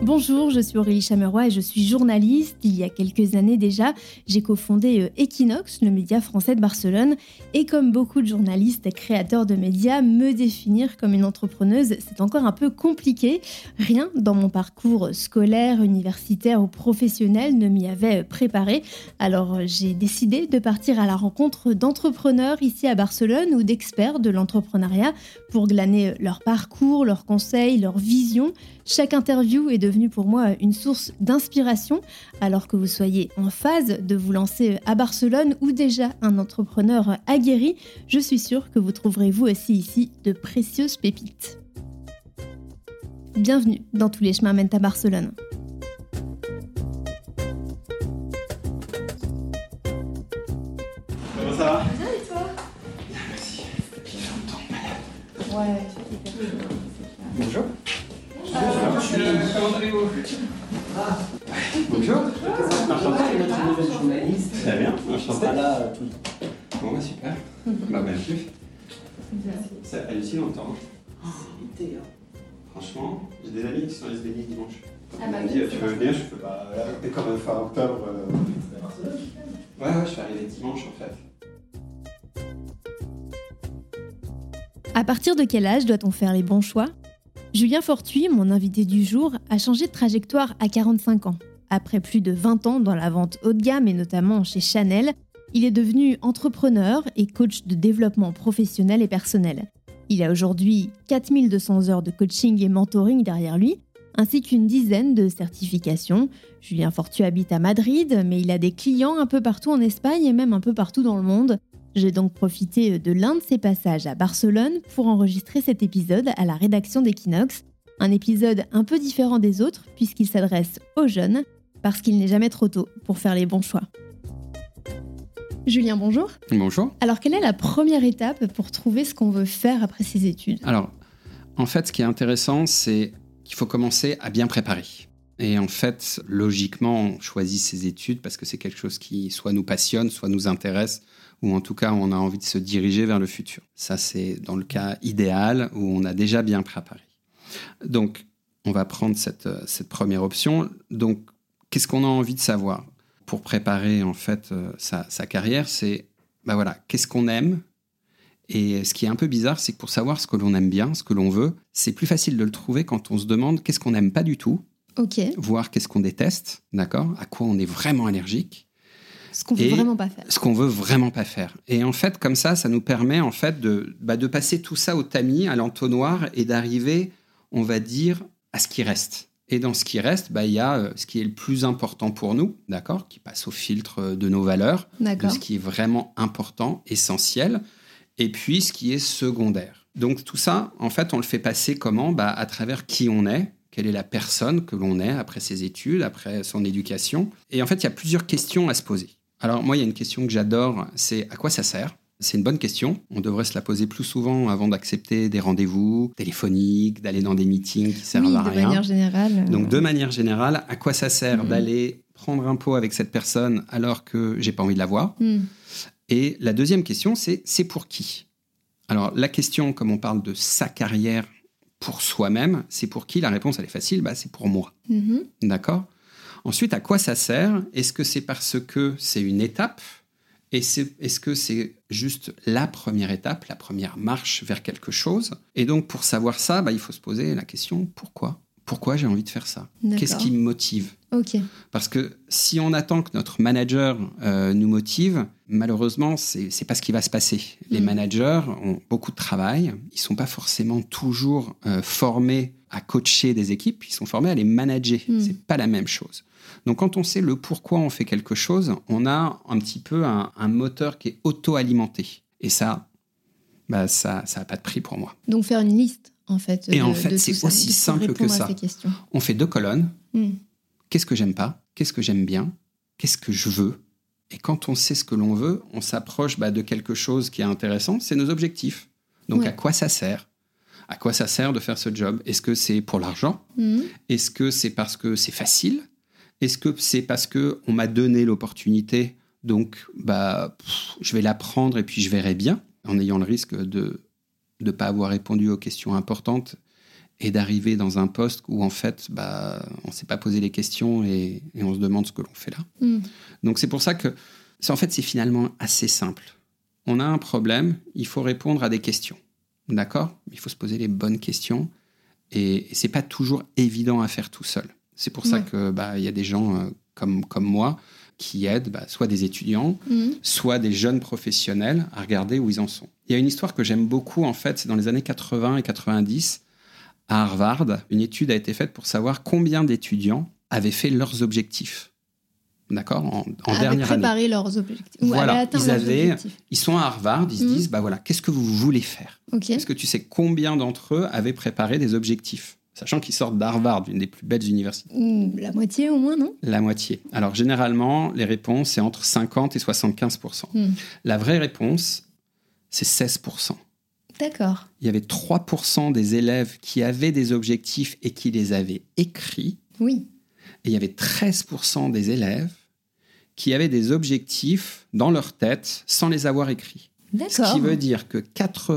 Bonjour, je suis Aurélie Chameroy et je suis journaliste. Il y a quelques années déjà, j'ai cofondé Equinox, le média français de Barcelone. Et comme beaucoup de journalistes et créateurs de médias, me définir comme une entrepreneuse, c'est encore un peu compliqué. Rien dans mon parcours scolaire, universitaire ou professionnel ne m'y avait préparé. Alors j'ai décidé de partir à la rencontre d'entrepreneurs ici à Barcelone ou d'experts de l'entrepreneuriat pour glaner leur parcours, leurs conseils, leurs visions. Chaque interview est devenue pour moi une source d'inspiration. Alors que vous soyez en phase de vous lancer à Barcelone ou déjà un entrepreneur aguerri, je suis sûre que vous trouverez vous aussi ici de précieuses pépites. Bienvenue dans Tous les chemins mènent à Barcelone. Comment ça va ? Bien et toi ? Bien, merci. Il fait longtemps. Ouais, Bonjour. Comment allez-vous ? Bonjour. Enchanté, notre nouvelle journaliste. Très bien, On enchanté. sera là tout le temps. Bon, bah super. Bah, bienvenue. Ça fait aussi longtemps. C'est l'été, hein. Franchement, j'ai des amis qui sont allés se baigner dimanche. Ah Ils bah m'ont dit, oui, tu veux venir ? Je fais bah là, t'es quand même fin octobre. C'est à Barcelone. Ouais, je suis arrivé dimanche en fait. À partir de quel âge doit-on faire les bons choix ? Julien Fortuit, mon invité du jour, a changé de trajectoire à 45 ans. Après plus de 20 ans dans la vente haut de gamme et notamment chez Chanel, il est devenu entrepreneur et coach de développement professionnel et personnel. Il a aujourd'hui 4200 heures de coaching et mentoring derrière lui, ainsi qu'une dizaine de certifications. Julien Fortuit habite à Madrid, mais il a des clients un peu partout en Espagne et même un peu partout dans le monde. J'ai donc profité de l'un de ses passages à Barcelone pour enregistrer cet épisode à la rédaction d'Equinox. Un épisode un peu différent des autres puisqu'il s'adresse aux jeunes, parce qu'il n'est jamais trop tôt pour faire les bons choix. Julien, bonjour. Bonjour. Alors, quelle est la première étape pour trouver ce qu'on veut faire après ses études ? Alors, en fait, ce qui est intéressant, c'est qu'il faut commencer à bien préparer. Et en fait, logiquement, on choisit ses études parce que c'est quelque chose qui soit nous passionne, soit nous intéresse, ou en tout cas, on a envie de se diriger vers le futur. Ça, c'est dans le cas idéal où on a déjà bien préparé. Donc, on va prendre cette première option. Donc, qu'est-ce qu'on a envie de savoir ? Pour préparer, en fait, sa carrière, c'est, qu'est-ce qu'on aime ? Et ce qui est un peu bizarre, c'est que pour savoir ce que l'on aime bien, ce que l'on veut, c'est plus facile de le trouver quand on se demande qu'est-ce qu'on n'aime pas du tout, voir qu'est-ce qu'on déteste, d'accord ? À quoi on est vraiment allergique. Ce qu'on veut vraiment pas faire. Ce qu'on veut vraiment pas faire. Et en fait, comme ça nous permet en fait de passer tout ça au tamis, à l'entonnoir, et d'arriver, on va dire, à ce qui reste. Et dans ce qui reste, il y a ce qui est le plus important pour nous, d'accord, qui passe au filtre de nos valeurs, de ce qui est vraiment important, essentiel, et puis ce qui est secondaire. Donc tout ça, en fait, on le fait passer comment ? À travers qui on est, quelle est la personne que l'on est après ses études, après son éducation. Et en fait, il y a plusieurs questions à se poser. Alors moi, il y a une question que j'adore, c'est à quoi ça sert ? C'est une bonne question. On devrait se la poser plus souvent avant d'accepter des rendez-vous téléphoniques, d'aller dans des meetings qui servent à rien. De manière générale. Donc de manière générale, à quoi ça sert d'aller prendre un pot avec cette personne alors que j'ai pas envie de la voir ? Et la deuxième question, c'est pour qui ? Alors la question, comme on parle de sa carrière pour soi-même, c'est pour qui ? La réponse, elle est facile, c'est pour moi. D'accord ? Ensuite, à quoi ça sert ? Est-ce que c'est parce que c'est une étape ? Est-ce que c'est juste la première étape, la première marche vers quelque chose ? Et donc, pour savoir ça, il faut se poser la question, pourquoi ? Pourquoi j'ai envie de faire ça ? D'accord. Qu'est-ce qui me motive ? Ok. Parce que si on attend que notre manager nous motive, malheureusement, c'est pas ce qui va se passer. Les managers ont beaucoup de travail. Ils sont pas forcément toujours formés à coacher des équipes. Ils sont formés à les manager. C'est pas la même chose. Donc, quand on sait le pourquoi on fait quelque chose, on a un petit peu un moteur qui est auto-alimenté. Et ça n'a pas de prix pour moi. Donc, faire une liste, en fait. Et en fait, c'est aussi simple que ça. On fait 2 colonnes. Qu'est-ce que j'aime pas ? Qu'est-ce que j'aime bien ? Qu'est-ce que je veux ? Et quand on sait ce que l'on veut, on s'approche de quelque chose qui est intéressant, c'est nos objectifs. Donc, à quoi ça sert ? À quoi ça sert de faire ce job ? Est-ce que c'est pour l'argent ? Est-ce que c'est parce que c'est facile ? Est-ce que c'est parce qu'on m'a donné l'opportunité, donc je vais la prendre et puis je verrai bien, en ayant le risque de ne pas avoir répondu aux questions importantes et d'arriver dans un poste où en fait, on ne s'est pas posé les questions et on se demande ce que l'on fait là. Donc c'est pour ça que c'est finalement assez simple. On a un problème, il faut répondre à des questions. D'accord ? Il faut se poser les bonnes questions et c'est pas toujours évident à faire tout seul. C'est pour ça que il y a des gens comme moi qui aident soit des étudiants, soit des jeunes professionnels à regarder où ils en sont. Il y a une histoire que j'aime beaucoup, en fait, c'est dans les années 80 et 90, à Harvard, une étude a été faite pour savoir combien d'étudiants avaient fait leurs objectifs. D'accord ? En dernière année. Préparé leurs objectifs. Voilà, ils sont à Harvard, ils se disent, qu'est-ce que vous voulez faire ? Est-ce que tu sais combien d'entre eux avaient préparé des objectifs ? Sachant qu'ils sortent d'Harvard, une des plus belles universités. La moitié au moins, non ? La moitié. Alors, généralement, les réponses, c'est entre 50 et 75%. La vraie réponse, c'est 16%. D'accord. Il y avait 3% des élèves qui avaient des objectifs et qui les avaient écrits. Oui. Et il y avait 13% des élèves qui avaient des objectifs dans leur tête sans les avoir écrits. D'accord. Ce qui veut dire que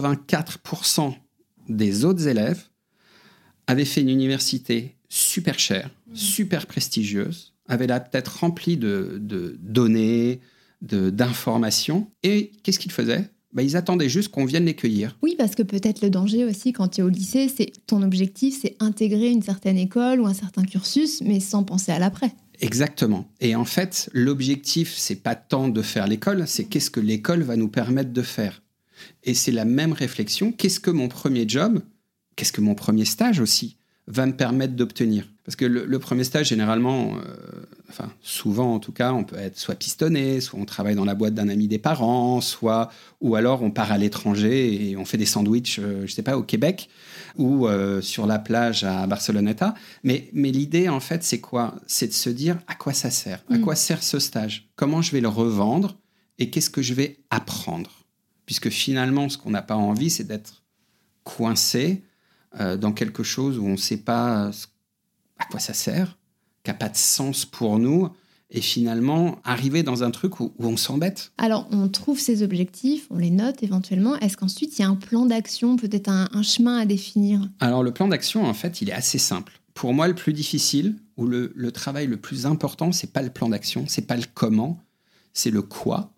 84% des autres élèves avaient fait une université super chère, super prestigieuse, avaient la tête remplie de données, d'informations. Et qu'est-ce qu'ils faisaient ? Ils attendaient juste qu'on vienne les cueillir. Oui, parce que peut-être le danger aussi, quand tu es au lycée, c'est ton objectif, c'est intégrer une certaine école ou un certain cursus, mais sans penser à l'après. Exactement. Et en fait, l'objectif, c'est pas tant de faire l'école, c'est qu'est-ce que l'école va nous permettre de faire. Et c'est la même réflexion. Qu'est-ce que mon premier job, qu'est-ce que mon premier stage aussi va me permettre d'obtenir ? Parce que le premier stage, généralement, souvent en tout cas, on peut être soit pistonné, soit on travaille dans la boîte d'un ami des parents, ou alors on part à l'étranger et on fait des sandwichs, au Québec, ou sur la plage à Barceloneta. Mais l'idée, en fait, c'est quoi ? C'est de se dire à quoi ça sert ? À quoi sert ce stage ? Comment je vais le revendre ? Et qu'est-ce que je vais apprendre ? Puisque finalement, ce qu'on n'a pas envie, c'est d'être coincé dans quelque chose où on ne sait pas à quoi ça sert, qui n'a pas de sens pour nous, et finalement arriver dans un truc où on s'embête. Alors, on trouve ces objectifs, on les note éventuellement. Est-ce qu'ensuite, il y a un plan d'action, peut-être un chemin à définir ? Alors, le plan d'action, en fait, il est assez simple. Pour moi, le plus difficile, ou le travail le plus important, c'est pas le plan d'action, c'est pas le comment, c'est le quoi,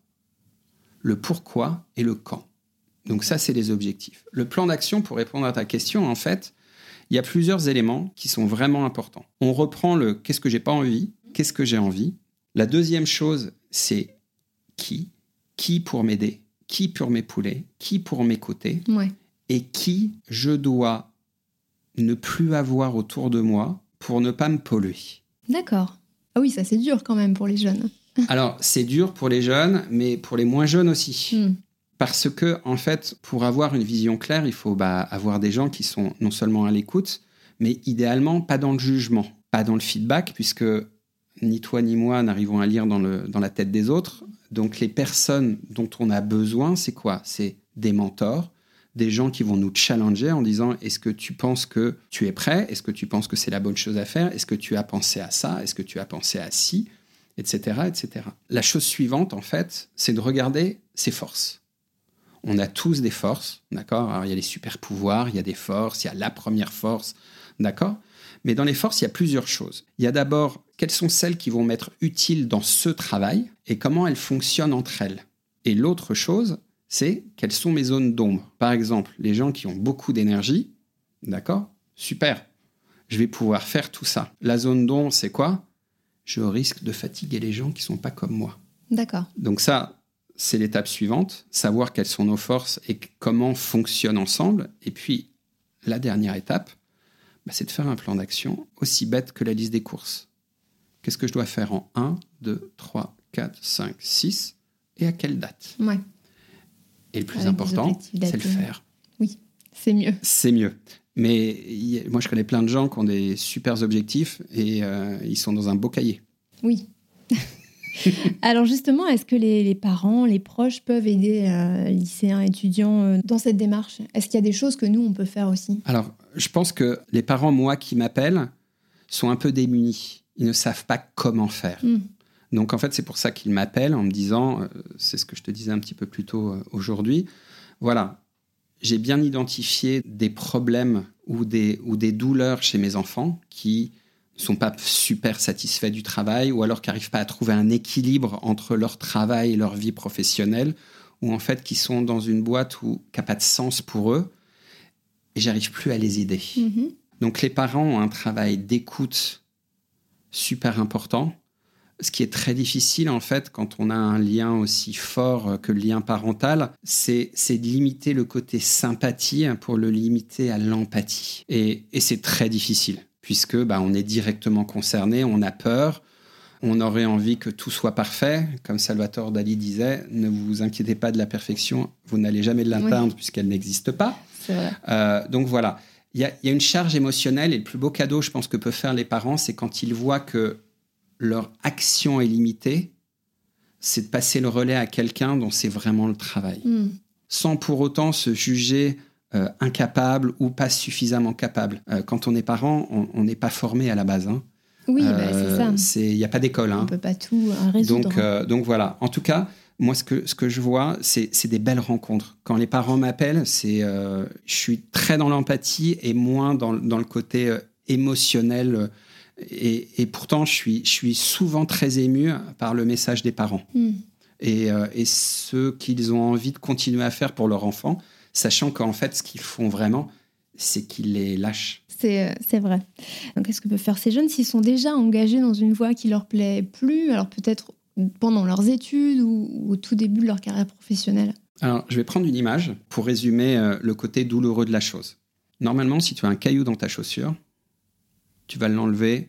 le pourquoi et le quand. Donc ça, c'est les objectifs. Le plan d'action, pour répondre à ta question, en fait, il y a plusieurs éléments qui sont vraiment importants. On reprend le « qu'est-ce que j'ai pas envie ?» Qu'est-ce que j'ai envie ? La deuxième chose, c'est qui ? Qui pour m'aider ? Qui pour m'épauler ? Qui pour m'écouter ? Et qui je dois ne plus avoir autour de moi pour ne pas me polluer ? D'accord. Ah oui, ça c'est dur quand même pour les jeunes. Alors, c'est dur pour les jeunes, mais pour les moins jeunes aussi. Parce que, en fait, pour avoir une vision claire, il faut avoir des gens qui sont non seulement à l'écoute, mais idéalement pas dans le jugement, pas dans le feedback, puisque ni toi ni moi n'arrivons à lire dans la tête des autres. Donc, les personnes dont on a besoin, c'est quoi ? C'est des mentors, des gens qui vont nous challenger en disant « Est-ce que tu penses que tu es prêt ? Est-ce que tu penses que c'est la bonne chose à faire ? Est-ce que tu as pensé à ça ? Est-ce que tu as pensé à ci ?» etc., etc. La chose suivante, en fait, c'est de regarder ses forces. On a tous des forces, d'accord ? Alors, il y a les super pouvoirs, il y a des forces, il y a la première force, d'accord ? Mais dans les forces, il y a plusieurs choses. Il y a d'abord, quelles sont celles qui vont m'être utiles dans ce travail et comment elles fonctionnent entre elles. Et l'autre chose, c'est quelles sont mes zones d'ombre. Par exemple, les gens qui ont beaucoup d'énergie, d'accord ? Super, je vais pouvoir faire tout ça. La zone d'ombre, c'est quoi ? Je risque de fatiguer les gens qui ne sont pas comme moi. D'accord. Donc ça, c'est l'étape suivante, savoir quelles sont nos forces et comment fonctionnent ensemble. Et puis, la dernière étape, c'est de faire un plan d'action aussi bête que la liste des courses. Qu'est-ce que je dois faire en 1, 2, 3, 4, 5, 6 et à quelle date ? Et le plus important, c'est le faire. Oui, c'est mieux. C'est mieux. Mais moi, je connais plein de gens qui ont des super objectifs et ils sont dans un beau cahier. Oui. Alors justement, est-ce que les parents, les proches peuvent aider lycéens, étudiants dans cette démarche ? Est-ce qu'il y a des choses que nous, on peut faire aussi ? Alors, je pense que les parents, moi, qui m'appellent, sont un peu démunis. Ils ne savent pas comment faire. Donc, en fait, c'est pour ça qu'ils m'appellent en me disant, c'est ce que je te disais un petit peu plus tôt aujourd'hui, voilà, j'ai bien identifié des problèmes ou des douleurs chez mes enfants qui ne sont pas super satisfaits du travail ou alors qui n'arrivent pas à trouver un équilibre entre leur travail et leur vie professionnelle ou en fait qui sont dans une boîte qui n'a pas de sens pour eux et j'arrive plus à les aider. Donc les parents ont un travail d'écoute super important. Ce qui est très difficile, en fait, quand on a un lien aussi fort que le lien parental, c'est de limiter le côté sympathie pour le limiter à l'empathie. Et c'est très difficile, puisque on est directement concerné, on a peur, on aurait envie que tout soit parfait. Comme Salvatore Dali disait, ne vous inquiétez pas de la perfection, vous n'allez jamais l'atteindre puisqu'elle n'existe pas. C'est vrai. Donc voilà, il y a une charge émotionnelle et le plus beau cadeau, je pense, que peuvent faire les parents, c'est quand ils voient que leur action est limitée, c'est de passer le relais à quelqu'un dont c'est vraiment le travail. Sans pour autant se juger incapable ou pas suffisamment capable. Quand on est parent, on n'est pas formé à la base. Oui, c'est ça. Il n'y a pas d'école. On ne peut pas tout résoudre. Donc voilà. En tout cas, moi, ce que je vois, c'est des belles rencontres. Quand les parents m'appellent, je suis très dans l'empathie et moins dans le côté émotionnel. Et pourtant, je suis souvent très ému par le message des parents. Et ce qu'ils ont envie de continuer à faire pour leur enfant, sachant qu'en fait, ce qu'ils font vraiment, c'est qu'ils les lâchent. C'est vrai. Donc, qu'est-ce que peuvent faire ces jeunes s'ils sont déjà engagés dans une voie qui leur plaît plus, alors peut-être pendant leurs études ou au tout début de leur carrière professionnelle? Alors, je vais prendre une image pour résumer le côté douloureux de la chose. Normalement, si tu as un caillou dans ta chaussure, tu vas l'enlever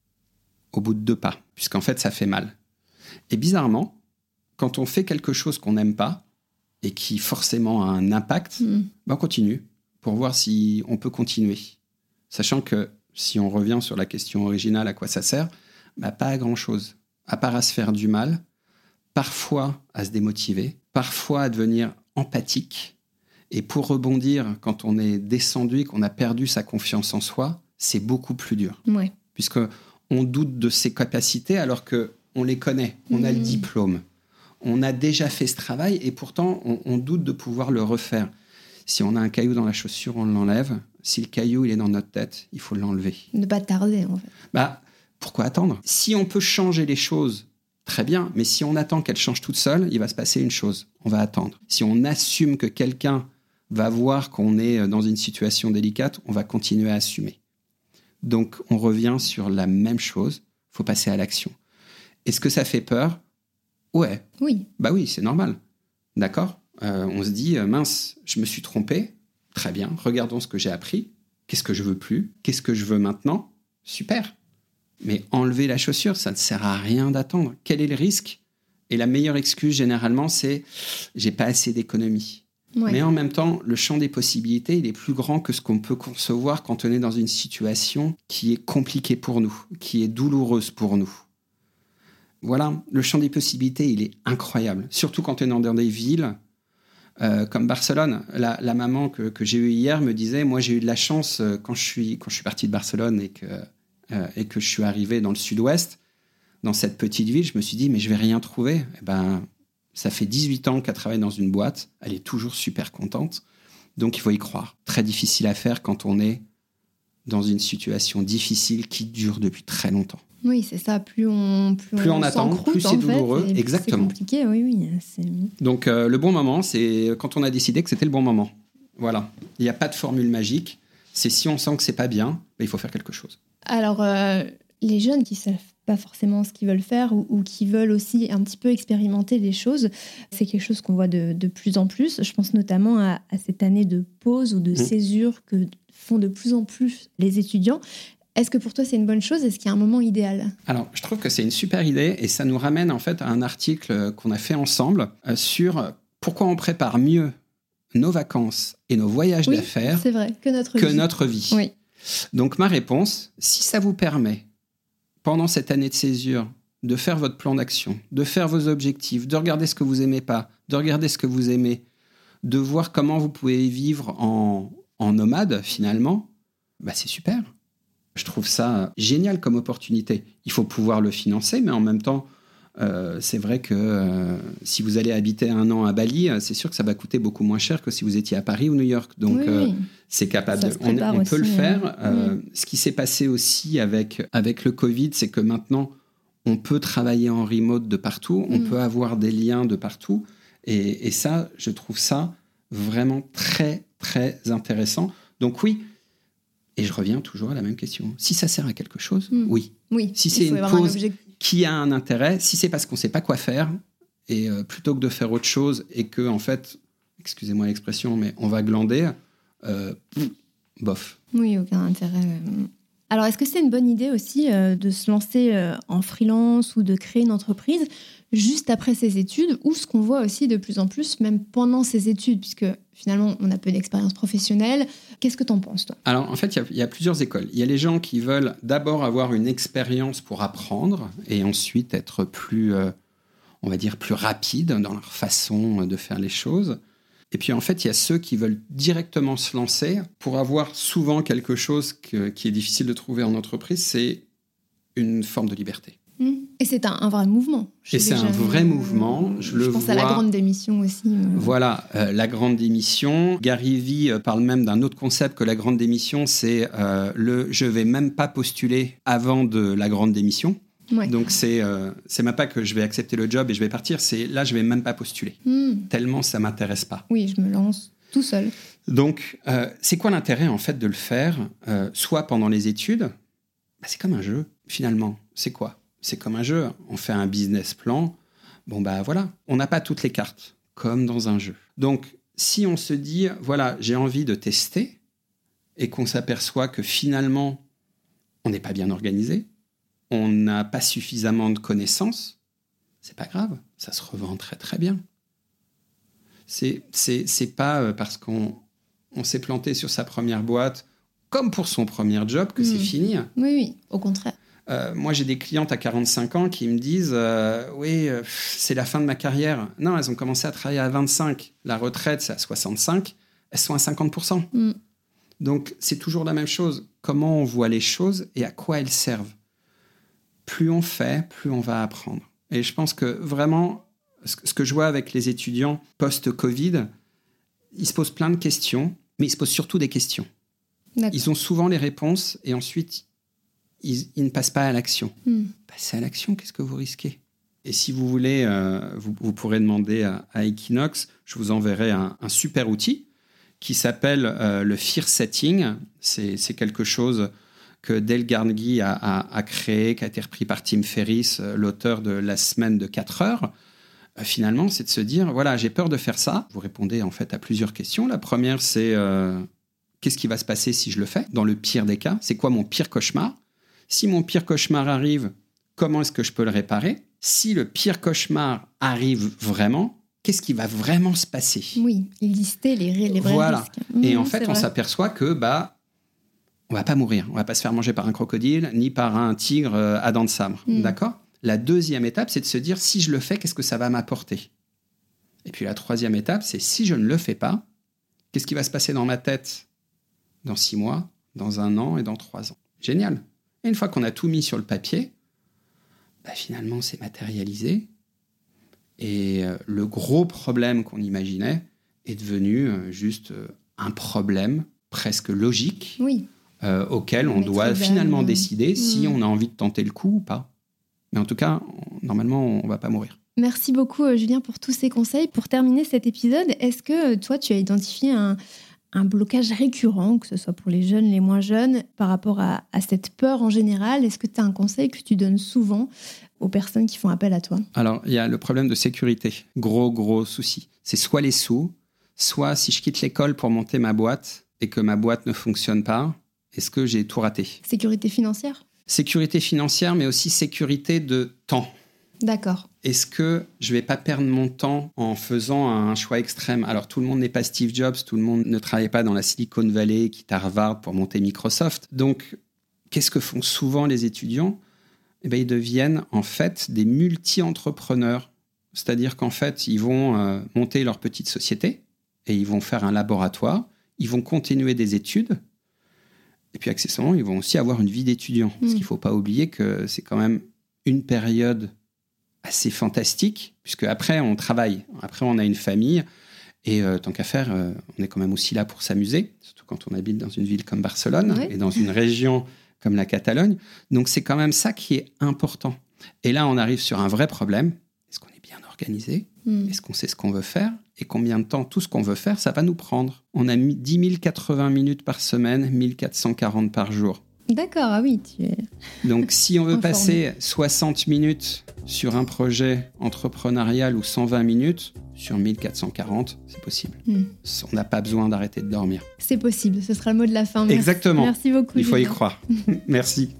au bout de 2 pas, puisqu'en fait, ça fait mal. Et bizarrement, quand on fait quelque chose qu'on n'aime pas et qui forcément a un impact, on continue pour voir si on peut continuer. Sachant que si on revient sur la question originale, à quoi ça sert ? Pas à grand-chose, à part à se faire du mal, parfois à se démotiver, parfois à devenir empathique. Et pour rebondir, quand on est descendu et qu'on a perdu sa confiance en soi, c'est beaucoup plus dur. Ouais. Puisqu'on doute de ses capacités alors qu'on les connaît, on a le diplôme, on a déjà fait ce travail et pourtant on doute de pouvoir le refaire. Si on a un caillou dans la chaussure, on l'enlève. Si le caillou il est dans notre tête, il faut l'enlever. Ne pas tarder en fait. Pourquoi attendre ? Si on peut changer les choses, très bien, mais si on attend qu'elles changent toutes seules, il va se passer une chose, on va attendre. Si on assume que quelqu'un va voir qu'on est dans une situation délicate, on va continuer à assumer. Donc, on revient sur la même chose. Il faut passer à l'action. Est-ce que ça fait peur ? Ouais. Oui. Oui, c'est normal. D'accord ? On se dit, mince, je me suis trompé. Très bien. Regardons ce que j'ai appris. Qu'est-ce que je veux plus ? Qu'est-ce que je veux maintenant ? Super. Mais enlever la chaussure, ça ne sert à rien d'attendre. Quel est le risque ? Et la meilleure excuse, généralement, c'est « j'ai pas assez d'économie ». Ouais. Mais en même temps, le champ des possibilités, il est plus grand que ce qu'on peut concevoir quand on est dans une situation qui est compliquée pour nous, qui est douloureuse pour nous. Voilà, le champ des possibilités, il est incroyable. Surtout quand on est dans des villes comme Barcelone. La maman que j'ai eue hier me disait, moi j'ai eu de la chance quand je suis parti de Barcelone et que je suis arrivé dans le sud-ouest, dans cette petite ville, je me suis dit, mais je vais rien trouver. Ça fait 18 ans qu'elle travaille dans une boîte. Elle est toujours super contente. Donc, il faut y croire. Très difficile à faire quand on est dans une situation difficile qui dure depuis très longtemps. Oui, c'est ça. Plus on attend, plus c'est douloureux. Exactement. C'est compliqué, oui. Donc, le bon moment, c'est quand on a décidé que c'était le bon moment. Voilà. Il n'y a pas de formule magique. C'est si on sent que c'est pas bien, il faut faire quelque chose. Alors, les jeunes qui savent pas forcément ce qu'ils veulent faire ou qui veulent aussi un petit peu expérimenter les choses, c'est quelque chose qu'on voit de plus en plus. Je pense notamment à cette année de pause ou de césure que font de plus en plus les étudiants. Est-ce que pour toi, c'est une bonne chose ? Est-ce qu'il y a un moment idéal ? Alors, je trouve que c'est une super idée et ça nous ramène en fait à un article qu'on a fait ensemble sur pourquoi on prépare mieux nos vacances et nos voyages d'affaires c'est vrai, que notre vie. Oui. Donc, ma réponse, si ça vous permet, pendant cette année de césure, de faire votre plan d'action, de faire vos objectifs, de regarder ce que vous n'aimez pas, de regarder ce que vous aimez, de voir comment vous pouvez vivre en nomade, finalement, c'est super. Je trouve ça génial comme opportunité. Il faut pouvoir le financer, mais en même temps, C'est vrai que si vous allez habiter 1 an à Bali, c'est sûr que ça va coûter beaucoup moins cher que si vous étiez à Paris ou New York. Donc, c'est capable. On peut le faire. Ce qui s'est passé aussi avec le Covid, c'est que maintenant, on peut travailler en remote de partout. On peut avoir des liens de partout. Et ça, je trouve ça vraiment très, très intéressant. Donc oui, et je reviens toujours à la même question. Si ça sert à quelque chose, oui. Si c'est une cause qui a un intérêt, si c'est parce qu'on ne sait pas quoi faire, et plutôt que de faire autre chose, et que, en fait, excusez-moi l'expression, mais on va glander, bof. Oui, aucun intérêt. Alors, est-ce que c'est une bonne idée aussi de se lancer en freelance ou de créer une entreprise juste après ses études, ou ce qu'on voit aussi de plus en plus, même pendant ses études, puisque finalement, on a peu d'expérience professionnelle. Qu'est-ce que tu en penses, toi ? Alors, en fait, il y a plusieurs écoles. Il y a les gens qui veulent d'abord avoir une expérience pour apprendre et ensuite être plus, on va dire, plus rapide dans leur façon de faire les choses. Et puis, en fait, il y a ceux qui veulent directement se lancer pour avoir souvent quelque chose qui est difficile de trouver en entreprise, c'est une forme de liberté. Et c'est un vrai mouvement. Et c'est un vrai mouvement. Je pense à la grande démission aussi. Voilà, la grande démission. Gary Vee parle même d'un autre concept que la grande démission, c'est je vais même pas postuler avant de la grande démission. Ouais. Donc c'est même pas que je vais accepter le job et je vais partir, c'est là je vais même pas postuler. Tellement ça m'intéresse pas. Oui, je me lance tout seul. Donc c'est quoi l'intérêt en fait de le faire soit pendant les études, c'est comme un jeu finalement. C'est quoi ? C'est comme un jeu. On fait un business plan. Bon, voilà. On n'a pas toutes les cartes, comme dans un jeu. Donc, si on se dit, voilà, j'ai envie de tester, et qu'on s'aperçoit que finalement, on n'est pas bien organisé, on n'a pas suffisamment de connaissances, c'est pas grave. Ça se revend très, très bien. C'est pas parce qu'on s'est planté sur sa première boîte, comme pour son premier job, que c'est fini. Oui, au contraire. Moi, j'ai des clientes à 45 ans qui me disent c'est la fin de ma carrière. Non, elles ont commencé à travailler à 25. La retraite, c'est à 65. Elles sont à 50%. Donc, c'est toujours la même chose. Comment on voit les choses et à quoi elles servent. Plus on fait, plus on va apprendre. Et je pense que vraiment, ce que je vois avec les étudiants post-Covid, ils se posent plein de questions, mais ils se posent surtout des questions. D'accord. Ils ont souvent les réponses et ensuite... Ils ne passent pas à l'action. Passez à l'action, qu'est-ce que vous risquez ? Et si vous voulez, vous pourrez demander à Equinox, je vous enverrai un super outil qui s'appelle le Fear Setting. C'est quelque chose que Dale Carnegie a créé, qui a été repris par Tim Ferriss, l'auteur de La semaine de 4 heures. Finalement, c'est de se dire, voilà, j'ai peur de faire ça. Vous répondez en fait à plusieurs questions. La première, c'est qu'est-ce qui va se passer si je le fais ? Dans le pire des cas, c'est quoi mon pire cauchemar ? Si mon pire cauchemar arrive, comment est-ce que je peux le réparer ? Si le pire cauchemar arrive vraiment, qu'est-ce qui va vraiment se passer ? Oui, lister les vrais risques. Et en fait, on s'aperçoit que on va pas mourir. On va pas se faire manger par un crocodile, ni par un tigre à dents de sabre. D'accord ? La deuxième étape, c'est de se dire, si je le fais, qu'est-ce que ça va m'apporter ? Et puis la troisième étape, c'est si je ne le fais pas, qu'est-ce qui va se passer dans ma tête dans 6 mois, dans 1 an et dans 3 ans ? Génial. Et une fois qu'on a tout mis sur le papier, finalement, c'est matérialisé. Et le gros problème qu'on imaginait est devenu juste un problème presque logique auquel on doit finalement décider si on a envie de tenter le coup ou pas. Mais en tout cas, normalement, on ne va pas mourir. Merci beaucoup, Julien, pour tous ces conseils. Pour terminer cet épisode, est-ce que toi, tu as identifié un blocage récurrent, que ce soit pour les jeunes, les moins jeunes, par rapport à cette peur en général ? Est-ce que tu as un conseil que tu donnes souvent aux personnes qui font appel à toi ? Alors, il y a le problème de sécurité. Gros souci. C'est soit les sous, soit si je quitte l'école pour monter ma boîte et que ma boîte ne fonctionne pas, est-ce que j'ai tout raté ? Sécurité financière ? Sécurité financière, mais aussi sécurité de temps. D'accord. Est-ce que je ne vais pas perdre mon temps en faisant un choix extrême ? Alors, tout le monde n'est pas Steve Jobs, tout le monde ne travaille pas dans la Silicon Valley, quitte à Harvard pour monter Microsoft. Donc, qu'est-ce que font souvent les étudiants ? Ils deviennent en fait des multi-entrepreneurs. C'est-à-dire qu'en fait, ils vont monter leur petite société et ils vont faire un laboratoire, ils vont continuer des études et puis accessoirement, ils vont aussi avoir une vie d'étudiant. Parce qu'il ne faut pas oublier que c'est quand même une période assez fantastique, puisque après, on travaille. Après, on a une famille. Et tant qu'à faire, on est quand même aussi là pour s'amuser, surtout quand on habite dans une ville comme Barcelone et dans une région comme la Catalogne. Donc, c'est quand même ça qui est important. Et là, on arrive sur un vrai problème. Est-ce qu'on est bien organisé ? Est-ce qu'on sait ce qu'on veut faire ? Et combien de temps tout ce qu'on veut faire, ça va nous prendre ? On a 10 080 minutes par semaine, 1440 par jour. D'accord, ah oui. Donc, si on veut passer 60 minutes sur un projet entrepreneurial ou 120 minutes sur 1440, c'est possible. On n'a pas besoin d'arrêter de dormir. C'est possible, ce sera le mot de la fin. Exactement. Merci beaucoup. Il faut Julien. y croire. Merci.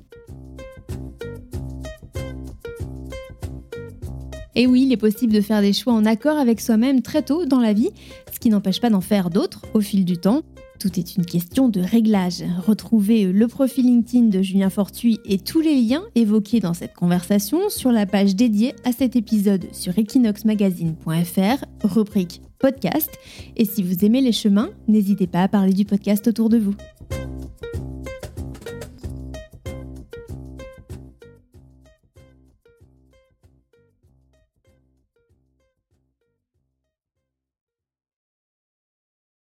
Et oui, il est possible de faire des choix en accord avec soi-même très tôt dans la vie, ce qui n'empêche pas d'en faire d'autres au fil du temps. Tout est une question de réglage. Retrouvez le profil LinkedIn de Julien Fortuit et tous les liens évoqués dans cette conversation sur la page dédiée à cet épisode sur equinoxmagazine.fr, rubrique podcast. Et si vous aimez les chemins, n'hésitez pas à parler du podcast autour de vous.